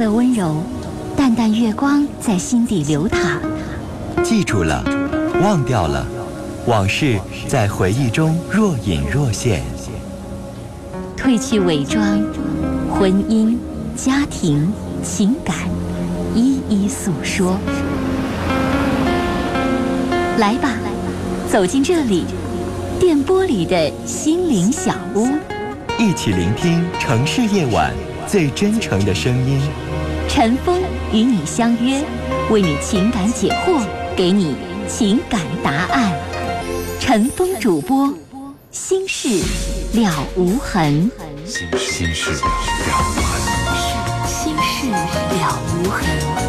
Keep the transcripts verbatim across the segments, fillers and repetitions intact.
色温柔，淡淡月光在心底流淌。 记住了，忘掉了，往事在回忆中若隐若现。 褪去伪装，婚姻、家庭、情感，一一诉说。来吧，走进这里，电波里的心灵小屋， 一起聆听城市夜晚最真诚的声音。 陈峰与你相约，为你情感解惑，给你情感答案。陈峰主播，心事了无痕。 心心事了无痕。 心事了无痕。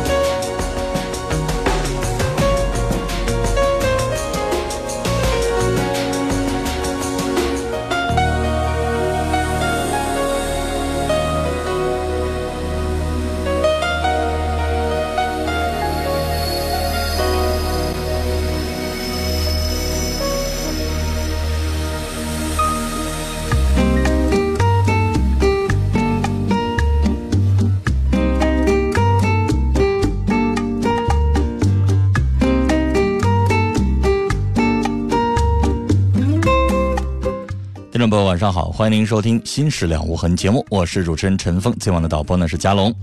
听众朋友晚上好，欢迎您收听心事了无痕节目，我是主持人陈峰，今晚的导播呢是嘉龙。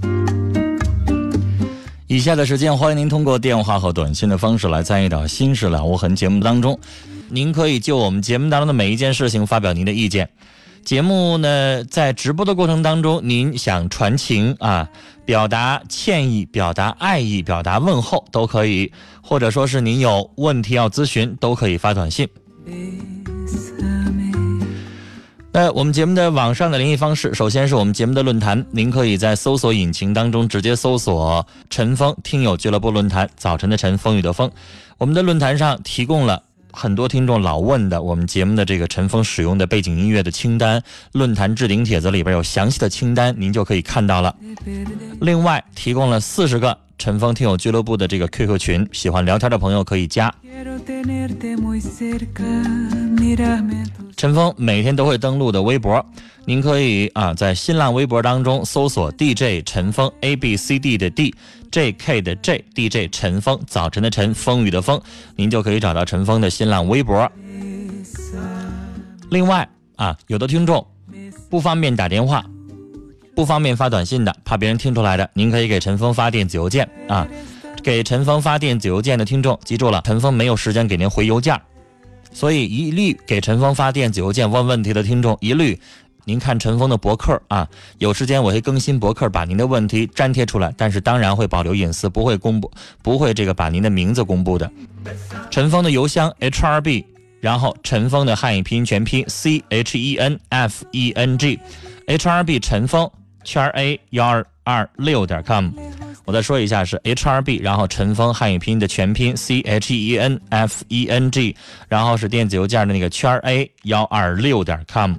以下的时间欢迎您通过电话和短信的方式来参与到心事了无痕节目当中，您可以就我们节目当中的每一件事情发表您的意见。节目呢在直播的过程当中，您想传情啊，表达歉意，表达爱意，表达问候都可以，或者说是您有问题要咨询都可以发短信。那我们节目的网上的联系方式，首先是我们节目的论坛，您可以在搜索引擎当中直接搜索陈峰听友俱乐部论坛，早晨的晨，风雨的风。我们的论坛上提供了很多听众老问的我们节目的这个陈峰使用的背景音乐的清单，论坛置顶帖子里边有详细的清单，您就可以看到了。另外提供了四十个陈峰听友俱乐部的这个 Q Q 群，喜欢聊天的朋友可以加。陈峰每天都会登录的微博，您可以啊在新浪微博当中搜索 D J 陈峰 A B C D 的 D J K 的 J D J 陈峰，早晨的晨，风雨的风，您就可以找到陈峰的新浪微博。另外啊，有的听众不方便打电话，不方便发短信的，怕别人听出来的，您可以给陈峰发电子邮件啊。给陈峰发电子邮件的听众记住了，陈峰没有时间给您回邮件，所以一律给陈峰发电子邮件问问题的听众，一律您看陈峰的博客啊，有时间我会更新博客，把您的问题粘贴出来，但是当然会保留隐私，不会公布，不会这个把您的名字公布的。陈峰的邮箱 H R B， 然后陈峰的汉语拼音全拼 C H E N F E N G H R B 陈峰圈 A 一二二六点 com。我再说一下是 H R B， 然后陈峰汉语拼音的全拼 C H E N F E N G， 然后是电子邮件的那个圈 A 一二六点 com。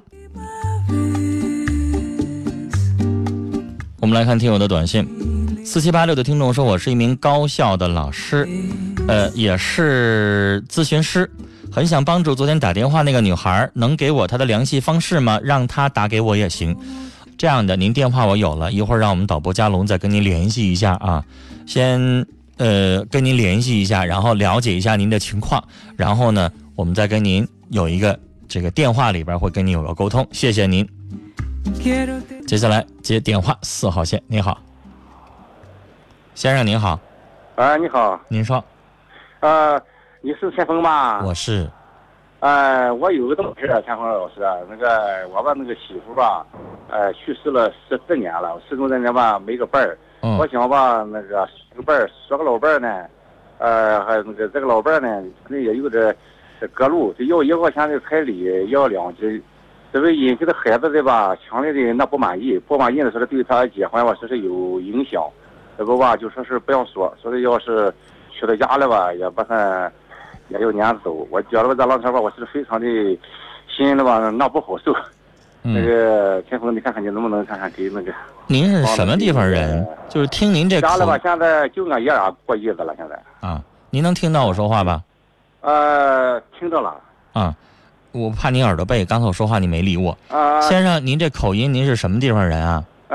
我们来看听友的短信，四七八六的听众说，我是一名高校的老师，呃，也是咨询师，很想帮助昨天打电话那个女孩，能给我她的联系方式吗？让她打给我也行。这样的，您电话我有了，一会儿让我们导播嘉龙再跟您联系一下啊，先呃跟您联系一下，然后了解一下您的情况，然后呢，我们再跟您有一个这个电话里边会跟您有个沟通，谢谢您。接下来接电话，四号线，你好，先生您好。 啊，你好。 您说。 呃，你是陈峰吗？ 我是。 呃，我有个这么事儿，陈峰老师，那个我把那个媳妇吧，呃，去世了十四年了，始终在那吧没个伴儿。嗯。我想吧，那个说个伴儿，说个老伴儿呢，呃，还有那个这个老伴儿呢，可能也有点隔路，就要一块钱的彩礼，要两斤。这个引起的孩子的吧，强烈的那不满意，不满意的时候对他结婚吧，说是有影响，这个吧就说是不要说，说是要是娶到家了吧，也把他也要撵走。我觉得这老头吧，我是非常的心里吧那不好受。嗯、那个陈峰，你看看你能不能看看给那个？ 您是什么地方人？就是听您这家了吧，现在就俺爷俩过日子了，现在。 啊，您能听到我说话吧？ 呃，听到了。 啊。我怕您耳朵背，刚才我说话你没理我。 啊， 先生，您这口音您是什么地方人啊？ 呃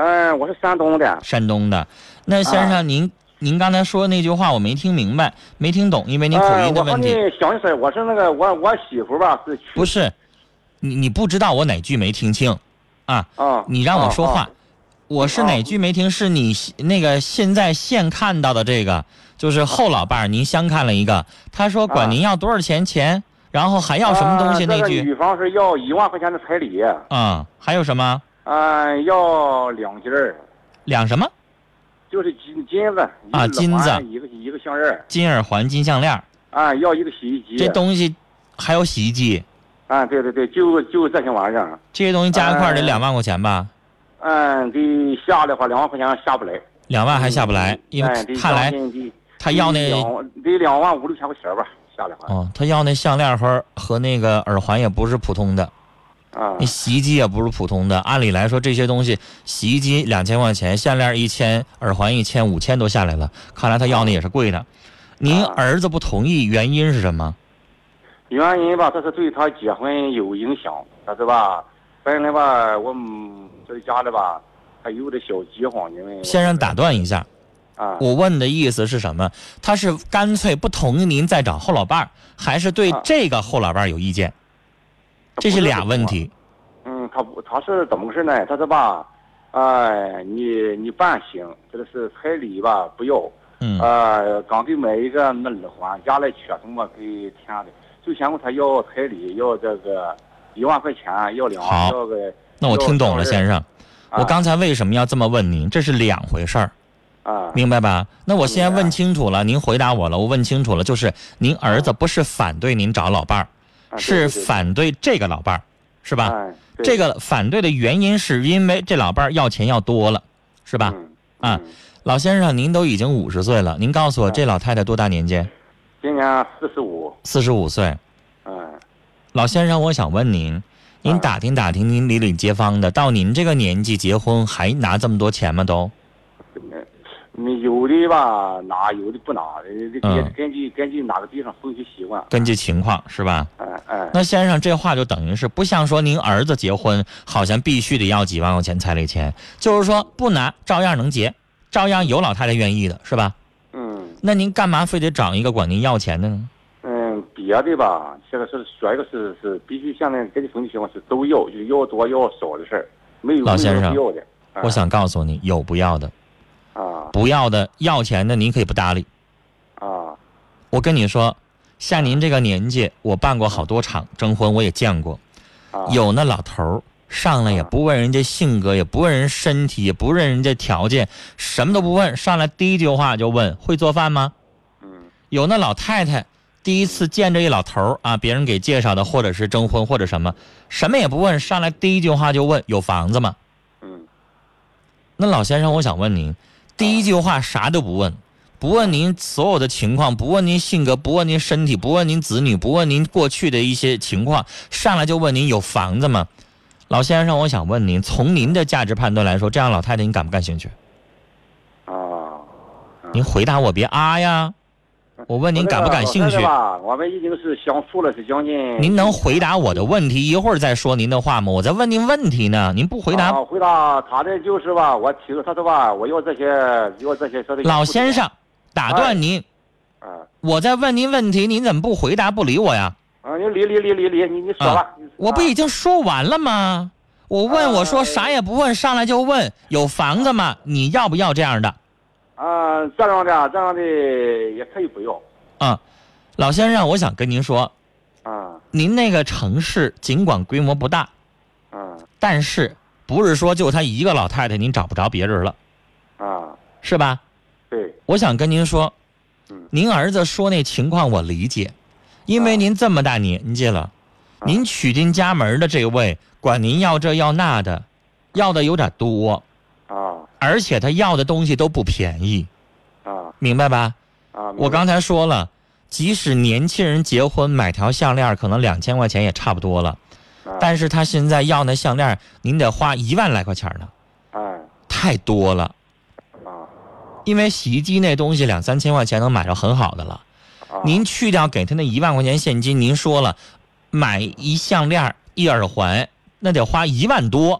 嗯，我是山东的。 山东的。那先生，您、啊、您刚才说那句话我没听明白，没听懂，因为您口音的问题。 呃、我和你想一声，我是那个我我媳妇吧是。 不是，你你不知道我哪句没听清，啊？ 啊。 你让我说话，啊、我是哪句没听？是你那个现在现看到的这个，就是后老伴儿，您相看了一个，他说管您要多少钱钱。然后还要什么东西？那句、 呃这个、女方是要一万块钱的彩礼。 啊、嗯，还有什么？ 嗯、呃，要两斤儿。 两什么？ 就是金金子啊，金子一个一个项链， 金耳环、金项链。 啊，要一个洗衣机。 这东西还有洗衣机。 啊，对对对，就就这些玩意儿。 这些东西加一块得两万块钱吧？ 嗯，得下的话两万块钱下不来。 两万还下不来，因为看来他要那得两万五六千块钱吧。 哦，他要那项链和和那个耳环也不是普通的， 啊， 那洗衣机也不是普通的。按理来说，这些东西，洗衣机两千块钱，项链一千，耳环一千，五千都下来了。看来他要的也是贵的。您儿子不同意，原因是什么？ 原因吧，这是对他结婚有影响，他是吧？本来吧，我们这家里吧，还有点小饥荒，因为。 先生打断一下。我问的意思是什么？他是干脆不同意您再找后老伴儿，还是对这个后老伴儿有意见？啊、这是俩问题。 嗯，他不，他是怎么回事呢？他是吧，哎、呃，你你办行，这个是彩礼吧不要。 嗯。 呃，刚给买一个那耳环，家里缺什么给填的，就嫌过他要彩礼，要这个一万块钱，要两万，要个。 那我听懂了，先生。啊、我刚才为什么要这么问您？这是两回事儿。 啊， 明白吧？那我先问清楚了，您回答我了，我问清楚了，就是您儿子不是反对您找老伴儿、 啊， 是反对这个老伴儿，是吧？ 啊、 这个反对的原因是因为这老伴儿要钱要多了，是吧？ 嗯啊， 嗯、 老先生，您都已经五十岁了，您告诉我，这老太太多大年纪？ 今年四十五。 四十五岁。 嗯。 老先生，我想问您，您打听打听您里里街坊的，到您这个年纪结婚还拿这么多钱吗？都？ 有的吧拿，有的不拿，根根据根据哪个地方风俗习惯， 根据情况是吧？ 哎哎。 那先生，这话就等于是不像说您儿子结婚好像必须得要几万块钱彩礼钱，就是说不拿照样能结，照样有老太太愿意的是吧？ 嗯。 那您干嘛非得找一个管您要钱的呢？ 嗯，别的吧，现在是说一个是是必须现在根据风俗习惯是都要，就是要多要少的事儿，没有老先生没有不要的。 我想告诉你，有不要的。 啊， 不要的要钱的您可以不搭理。 啊， 我跟你说，像您这个年纪，我办过好多场征婚，我也见过。 啊、 有那老头儿上来也不问人家性格，也不问人身体，也不问人家条件，什么都不问，上来第一句话就问会做饭吗？ 嗯。 有那老太太第一次见这一老头儿啊，别人给介绍的，或者是征婚或者什么，什么也不问，上来第一句话就问有房子吗？ 嗯。 那老先生，我想问您。第一句话啥都不问，不问您所有的情况，不问您性格，不问您身体，不问您子女，不问您过去的一些情况，上来就问您有房子吗？老先生，我想问您，从您的价值判断来说，这样老太太您感不感兴趣？ 啊， 您回答我别啊呀！我问您感不感兴趣？ 我们已经是相处了是将近。 您能回答我的问题，一会儿再说您的话吗？我在问您问题呢，您不回答。 啊、回答他的就是吧，我提出他说吧，我要这些，要这些说的。 老先生，打断您。 啊、哎。 我在问您问题，您怎么不回答不理我呀？ 啊，你理理理理理，你你说吧、啊。 我不已经说完了吗？我问我说啥也不问，上来就问有房子吗？你要不要这样的？ 啊，这样的这样的也可以不要。 啊，老先生，我想跟您说， 啊， 您那个城市尽管规模不大， 啊， 但是不是说就他一个老太太，您找不着别人了， 啊， 是吧？ 对。 我想跟您说， 嗯， 您儿子说那情况我理解，因为您这么大年纪了， 啊、 您娶进家门的这位管您要这要那的，要的有点多。 啊， 而且他要的东西都不便宜， 啊， 明白吧？ 啊， 我刚才说了，即使年轻人结婚买条项链，可能两千块钱也差不多了， 啊、 但是他现在要那项链，您得花一万来块钱呢， 哎， 太多了， 啊， 因为洗衣机那东西两三千块钱能买着很好的了， 啊、 您去掉给他那一万块钱现金，您说了，买一项链一耳环，那得花一万多。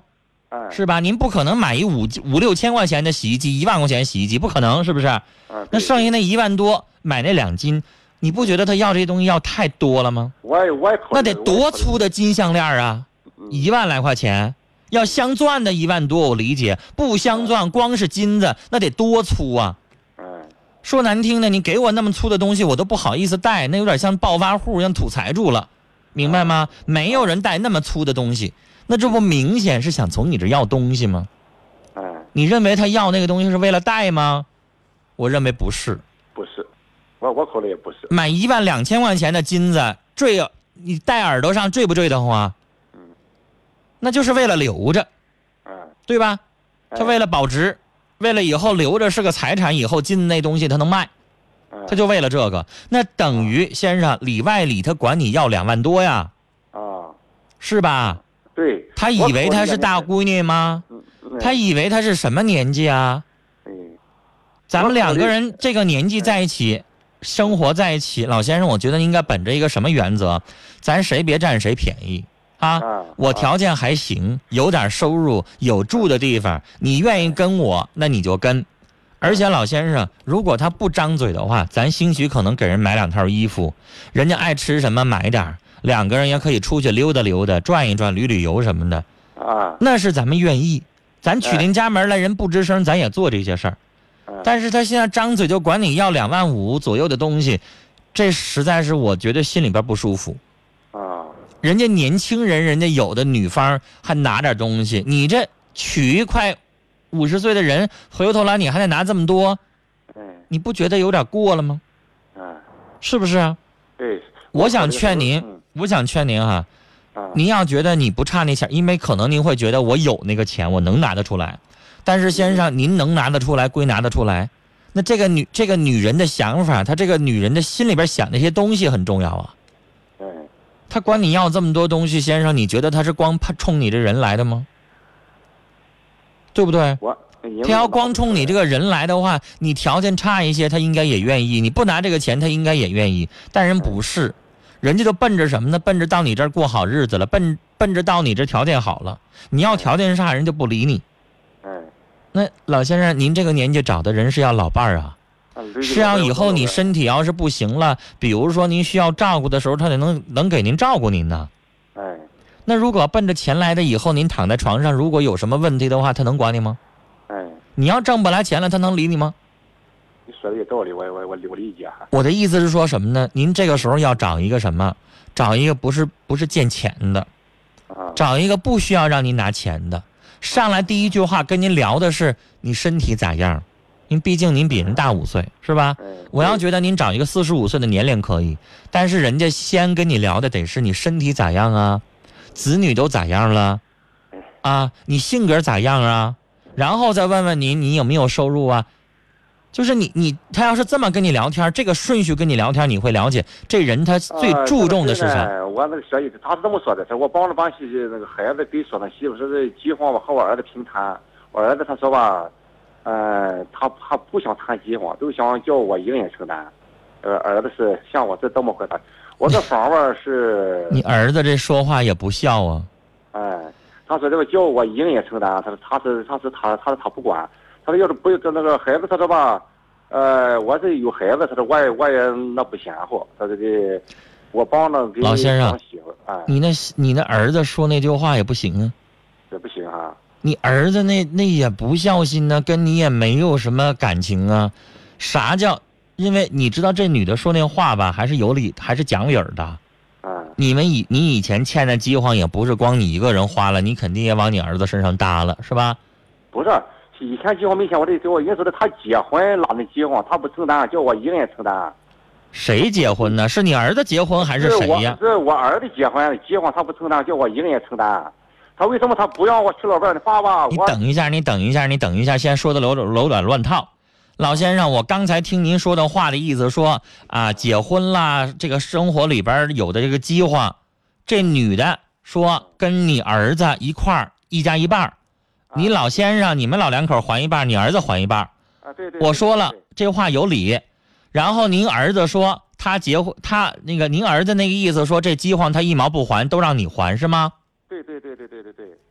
哎， 是吧？您不可能买一五五六千块钱的洗衣机，一万块钱洗衣机，不可能，是不是？ 啊， 那剩下那一万多买那两斤，你不觉得他要这些东西要太多了吗？ 我也我也考虑那得多粗的金项链啊！一万来块钱，要镶钻的一万多，我理解；不镶钻，光是金子，那得多粗啊！ 嗯， 说难听的，你给我那么粗的东西，我都不好意思带，那有点像暴发户，像土财主了，明白吗？没有人带那么粗的东西，那这不明显是想从你这要东西吗？ 嗯， 你认为他要那个东西是为了带吗？我认为不是。 不是，我我考虑也不是。 买一万两千块钱的金子坠，你戴耳朵上坠不坠得慌啊？ 嗯， 那就是为了留着， 嗯， 对吧？他为了保值，为了以后留着是个财产，以后金那东西他能卖，他就为了这个。那等于先生里外里他管你要两万多呀， 啊， 是吧？ 对。 他以为他是大闺女吗？他以为他是什么年纪啊？ 嗯， 咱们两个人这个年纪在一起，生活在一起，老先生，我觉得应该本着一个什么原则？咱谁别占谁便宜啊！我条件还行，有点收入，有住的地方，你愿意跟我，那你就跟。而且老先生，如果他不张嘴的话，咱兴许可能给人买两套衣服，人家爱吃什么买点，两个人也可以出去溜达溜达，转一转，旅旅游什么的。 啊， 那是咱们愿意。咱娶进家门来，人不吱声，咱也做这些事儿。但是他现在张嘴就管你要两万五左右的东西，这实在是我觉得心里边不舒服。 啊， 人家年轻人，人家有的女方还拿点东西，你这娶一快五十岁的人，回过头来你还得拿这么多，你不觉得有点过了吗？ 嗯， 是不是啊？ 对。 我想劝您，我想劝您哈，您要觉得你不差那钱，因为可能您会觉得我有那个钱，我能拿得出来。但是先生，您能拿得出来归拿得出来，那这个女这个女人的想法，她这个女人的心里边想那些东西很重要啊。 嗯， 她管你要这么多东西，先生，你觉得她是光冲你这人来的吗？对不对？ 我她要光冲你这个人来的话，你条件差一些，她应该也愿意；你不拿这个钱，她应该也愿意。但人不是，人家都奔着什么呢？奔着到你这儿过好日子了，奔奔着到你这条件好了。你要条件差，人就不理你。那老先生，您这个年纪找的人是要老伴儿啊，是要以后你身体要是不行了，比如说您需要照顾的时候，他得能能给您照顾您呢。 哎， 那如果奔着钱来的，以后您躺在床上，如果有什么问题的话，他能管你吗？ 哎， 你要挣不来钱了，他能理你吗？ 你说的有道理，我我我我理解。 我的意思是说什么呢？您这个时候要找一个什么？找一个不是不是见钱的，找一个不需要让您拿钱的。上来第一句话跟您聊的是你身体咋样，因为毕竟您比人大五岁，是吧？我要觉得您找一个四十五岁的年龄可以，但是人家先跟你聊的得是你身体咋样啊，子女都咋样了啊，你性格咋样啊，然后再问问你你有没有收入啊。就是你你他要是这么跟你聊天，这个顺序跟你聊天，你会了解这人他最注重的是啥。 呃、我那个小姨子他是这么说的，他说我帮着帮那个孩子给说他媳妇说是计划我和我儿子平谈，我儿子他说吧，呃，他他不想谈计划，都想叫我一个人承担。呃，儿子是像我这这么回答，我这房吧是。 你儿子这说话也不孝啊。 哎，他说这个叫我一个人承担，他说他是他是他他说他不管。他说要是不跟那个孩子，他说吧，呃，我是有孩子，他说我也我也那不嫌乎，他说的，我帮着给老先生， 媳妇，哎， 你那你那儿子说那句话也不行啊， 也不行啊， 你儿子那那也不孝心呢，跟你也没有什么感情啊，啥叫？因为你知道这女的说那话吧，还是有理，还是讲理儿的。 嗯， 你们以你以前欠的饥荒也不是光你一个人花了，你肯定也往你儿子身上搭了，是吧？ 不是。以前结婚没钱，我这给我人说的，他结婚拉那结婚，他不承担，叫我一个人承担。 谁结婚呢？是你儿子结婚还是谁呀？ 是我儿子结婚，结婚他不承担，叫我一个人承担。他为什么他不让我娶老伴儿呢？爸爸， 你等一下，你等一下，你等一下，先说的楼楼短乱套。老先生，我刚才听您说的话的意思说啊，结婚啦，这个生活里边有的这个饥荒，这女的说跟你儿子一块儿一家一半。你老先生，你们老两口还一半，你儿子还一半。 啊，对对。 我说了，这话有理。然后您儿子说他结婚，他那个您儿子那个意思说这饥荒他一毛不还，都让你还是吗？ 对对对对对对对。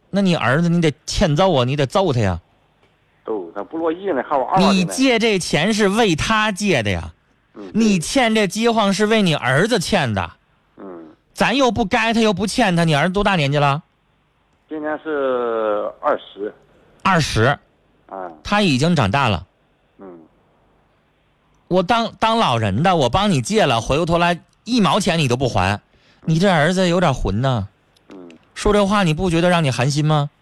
那你儿子你得欠揍啊，你得揍他呀。 都他不乐意呢，还我二你借这钱是为他借的呀， 嗯、 你欠这饥荒是为你儿子欠的。 嗯， 咱又不该，他又不欠他。你儿子多大年纪了？ 今年是二十。 二十。 啊。 他已经长大了。 嗯。 我当当老人的，我帮你借了，回过头来一毛钱你都不还，你这儿子有点混呐。 嗯。 说这话你不觉得让你寒心吗？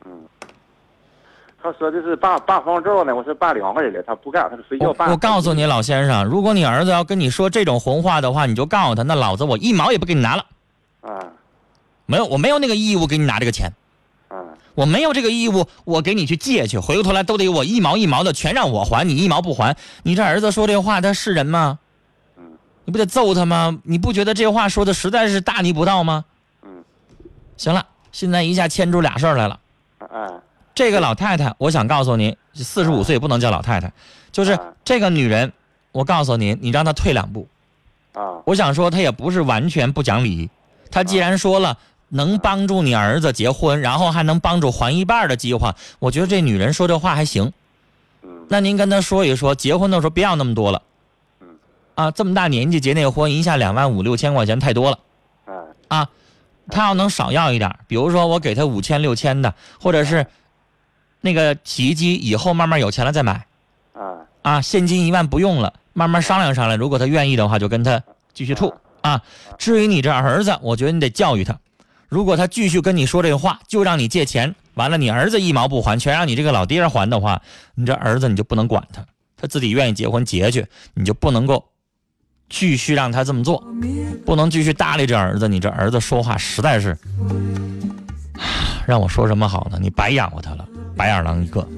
他说的是办办房照呢，我是办两个人了，他不干，他是非要办。 我, 我告诉你老先生，如果你儿子要跟你说这种混话的话，你就告诉他，那老子我一毛也不给你拿了。 啊， 没有，我没有那个义务给你拿这个钱。 啊， 我没有这个义务，我给你去借去，回过头来都得我一毛一毛的全让我还，你一毛不还，你这儿子说这话他是人吗？ 嗯， 你不得揍他吗？你不觉得这话说的实在是大逆不道吗？ 嗯， 行了，现在一下牵出俩事儿来了。 啊。 这个老太太，我想告诉您，四十五岁不能叫老太太，就是这个女人，我告诉您，你让她退两步。 啊， 我想说，她也不是完全不讲理。她既然说了能帮助你儿子结婚，然后还能帮助还一半的计划，我觉得这女人说这话还行。 嗯， 那您跟她说一说，结婚的时候别要那么多了。 嗯， 啊，这么大年纪结那婚，一下两万五六千块钱太多了。啊，她要能少要一点，比如说我给她五千六千的，或者是。那个洗衣机以后慢慢有钱了再买， 啊啊，现金一万不用了，慢慢商量商量，如果他愿意的话，就跟他继续处啊。至于你这儿子，我觉得你得教育他，如果他继续跟你说这话，就让你借钱，完了你儿子一毛不还，全让你这个老爹还的话，你这儿子你就不能管他，他自己愿意结婚结去，你就不能够继续让他这么做，不能继续搭理这儿子。你这儿子说话实在是，让我说什么好呢？你白养活他了。白眼狼一个。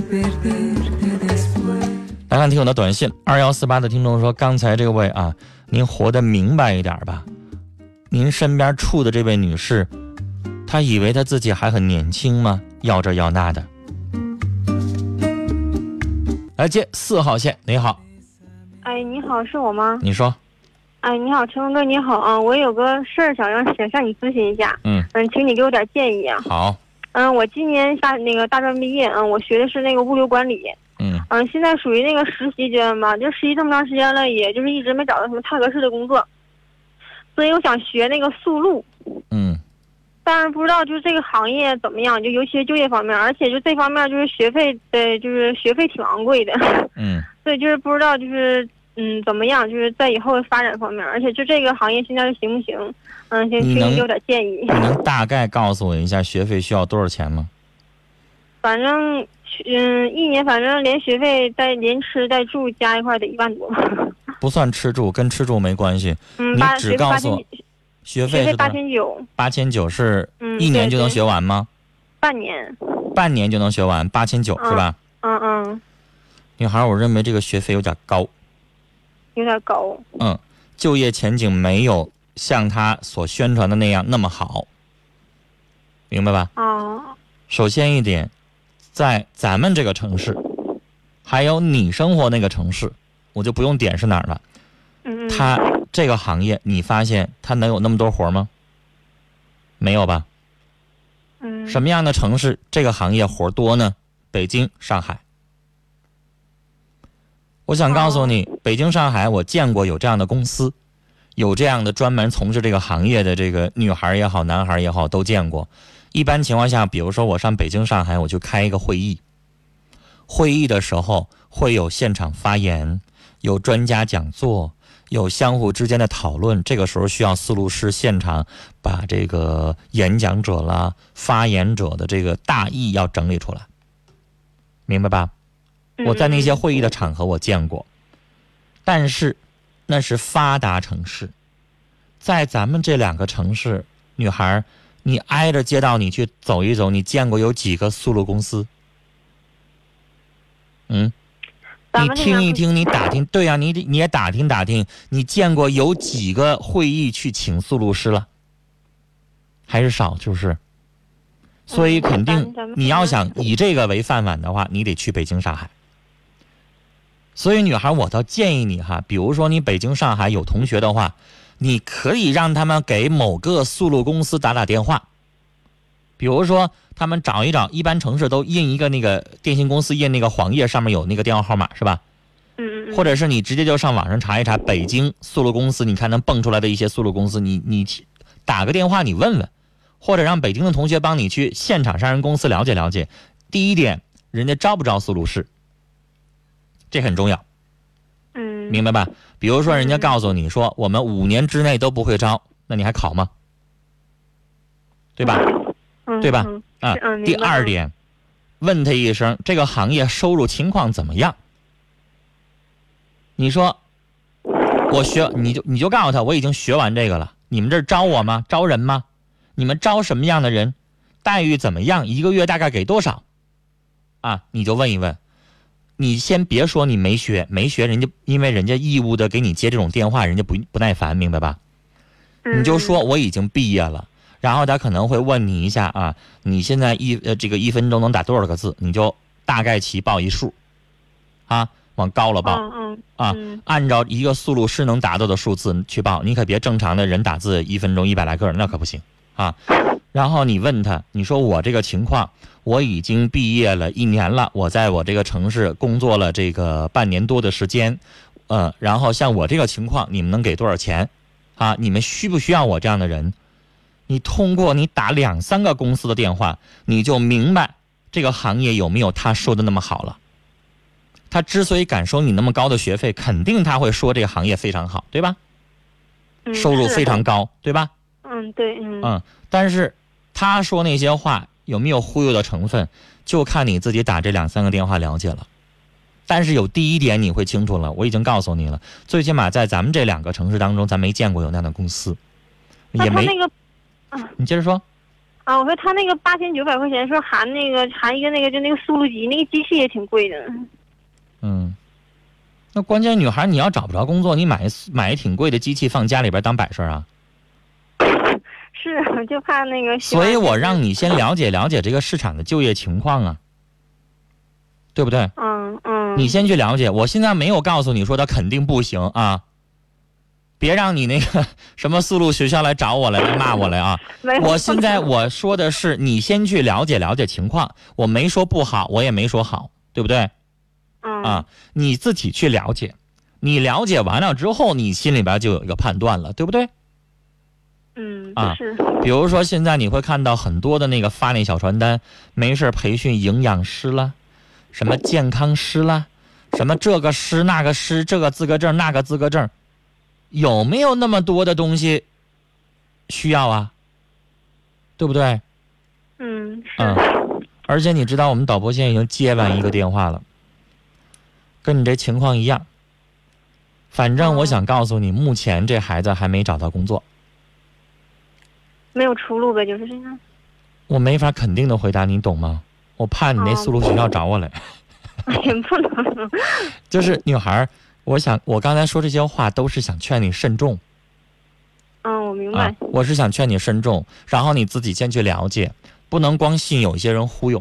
来看听友的短信，二幺四八的听众说，刚才这位啊，您活得明白一点吧。您身边处的这位女士，她以为她自己还很年轻吗？要这要那的。来接四号线，你好。 哎，你好，是我吗？ 你说。 哎，你好，陈峰哥，你好啊，我有个事儿想让想向你咨询一下。 嗯嗯，请你给我点建议啊。 好。 嗯，我今年大那个大专毕业，嗯，我学的是那个物流管理， 嗯嗯，现在属于那个实习阶段吧，就实习这么长时间了，也就是一直没找到什么太合适的工作，所以我想学那个速录， 嗯， 但是不知道就是这个行业怎么样，就尤其是就业方面，而且就这方面就是学费的，就是学费挺昂贵的， 嗯， 所以就是不知道就是嗯怎么样，就是在以后发展方面，而且就这个行业现在行不行？嗯，先请你有点建议。 你能大概告诉我一下学费需要多少钱吗？ 反正，嗯，一年反正连学费带连吃带住加一块得一万多。 不算吃住，跟吃住没关系。 嗯， 你只告诉我学费是八千九。 八千九是一年就能学完吗？ 半年。 半年就能学完，八千九是吧？ 嗯嗯。 女孩，我认为这个学费有点高。 有点高。 嗯，就业前景没有像他所宣传的那样那么好，明白吧？ 哦。 首先一点，在咱们这个城市，还有你生活那个城市，我就不用点是哪儿了。 嗯。 他这个行业，你发现他能有那么多活吗？没有吧？ 嗯。 什么样的城市这个行业活多呢？北京、上海。我想告诉你， 哦、 北京、上海，我见过有这样的公司。有这样的专门从事这个行业的这个女孩也好男孩也好都见过。一般情况下，比如说我上北京上海，我去开一个会议，会议的时候会有现场发言，有专家讲座，有相互之间的讨论，这个时候需要思路师现场把这个演讲者啦发言者的这个大意要整理出来，明白吧？我在那些会议的场合我见过，但是那是发达城市，在咱们这两个城市，女孩，你挨着街道你去走一走，你见过有几个速录公司？嗯，你听一听，你打听，对啊，你你也打听打听，你见过有几个会议去请速录师了？还是少，就是。所以肯定你要想以这个为饭碗的话，你得去北京、上海。所以女孩，我倒建议你哈，比如说你北京、上海有同学的话，你可以让他们给某个速录公司打打电话， 比如说他们找一找，一般城市都印一个那个电信公司印那个黄页，上面有那个电话号码，是吧？ 嗯嗯。 或者是你直接就上网上查一查北京速路公司，你看能蹦出来的一些速路公司，你你打个电话你问问，或者让北京的同学帮你去现场上人公司了解了解。第一点，人家招不招速路士，这很重要。 嗯， 明白吧？比如说人家告诉你说我们五年之内都不会招，那你还考吗？对吧？ 嗯、 对吧？ 嗯、 啊、 嗯。 第二点，问他一声这个行业收入情况怎么样？你说我学，你就你就告诉他我已经学完这个了。你们这儿招我吗？招人吗？你们招什么样的人？待遇怎么样？一个月大概给多少？啊，你就问一问。你先别说你没学，没学人家，因为人家义务的给你接这种电话，人家不不耐烦，明白吧？ 嗯、 你就说我已经毕业了，然后他可能会问你一下啊，你现在一呃这个一分钟能打多少个字？你就大概齐报一数，啊，往高了报， 嗯嗯、 啊， 嗯、 按照一个速路师能达到的数字去报，你可别正常的人打字一分钟一百来个，那可不行啊。然后你问他，你说我这个情况。我已经毕业了一年了，我在我这个城市工作了这个半年多的时间，呃，然后像我这个情况，你们能给多少钱？啊，你们需不需要我这样的人？你通过你打两三个公司的电话，你就明白这个行业有没有他说的那么好了。他之所以敢收你那么高的学费，肯定他会说这个行业非常好，对吧？ 嗯、 收入非常高，对吧？ 嗯，对，嗯。 嗯，但是他说那些话。有没有忽悠的成分，就看你自己打这两三个电话了解了。但是有第一点你会清楚了，我已经告诉你了，最起码在咱们这两个城市当中，咱没见过有那样的公司，也没。 那个，啊， 你接着说。 啊，我说他那个八千九百块钱，说含那个含一个那个就那个速录机，那个机器也挺贵的。 嗯，那关键女孩你要找不着工作，你买买一挺贵的机器放家里边当摆设啊。 是，就怕那个。 所以我让你先了解了解这个市场的就业情况啊，对不对？ 嗯嗯。 你先去了解，我现在没有告诉你说他肯定不行啊，别让你那个什么速路学校来找我来来骂我来啊！我现在我说的是你先去了解了解情况，我没说不好，我也没说好，对不对？ 嗯。 啊，你自己去了解，你了解完了之后，你心里边就有一个判断了，对不对？ 嗯， 啊， 是。 比如说现在你会看到很多的那个发那小传单，没事培训营养师啦，什么健康师啦，什么这个师那个师，这个资格证那个资格证，有没有那么多的东西需要啊？对不对？ 嗯，是。 嗯，而且你知道我们导播现在已经接完一个电话了，跟你这情况一样。反正我想告诉你，目前这孩子还没找到工作。 没有出路呗，就是这样。 我没法肯定的回答，你懂吗？我怕你那速路学校找我来。 也不能。 就是女孩，我想我刚才说这些话都是想劝你慎重。 嗯，我明白。 啊，我是想劝你慎重，然后你自己先去了解，不能光信有一些人忽悠。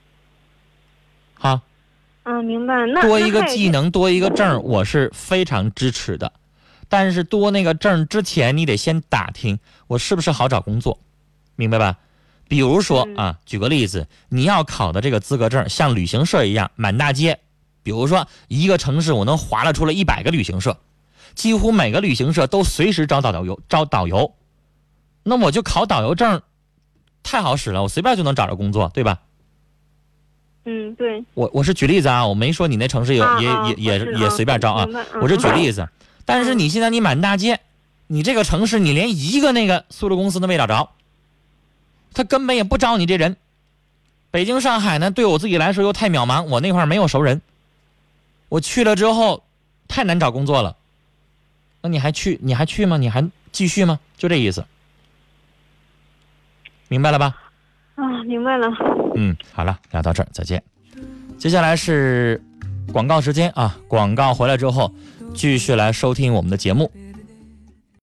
好。 嗯，明白。那多一个技能，多一个证，我是非常支持的。但是多那个证之前，你得先打听我是不是好找工作，明白吧？比如说啊，举个例子，你要考的这个资格证，像旅行社一样满大街，比如说一个城市我能划拉出来一百个旅行社，几乎每个旅行社都随时招导游，招导游，那我就考导游证，太好使了，我随便就能找着工作，对吧？ 嗯，对。 我我是举例子啊，我没说你那城市有、啊、也也也也随便招啊，我是举例子。但是你现在你满大街，你这个城市你连一个那个速度公司都没找着，他根本也不招你这人。北京上海呢，对我自己来说又太渺茫，我那块没有熟人，我去了之后太难找工作了。那你还去你还去吗？你还继续吗？就这意思，明白了吧？ 啊，明白了。 嗯，好了，聊到这儿，再见。接下来是广告时间啊，广告回来之后继续来收听我们的节目。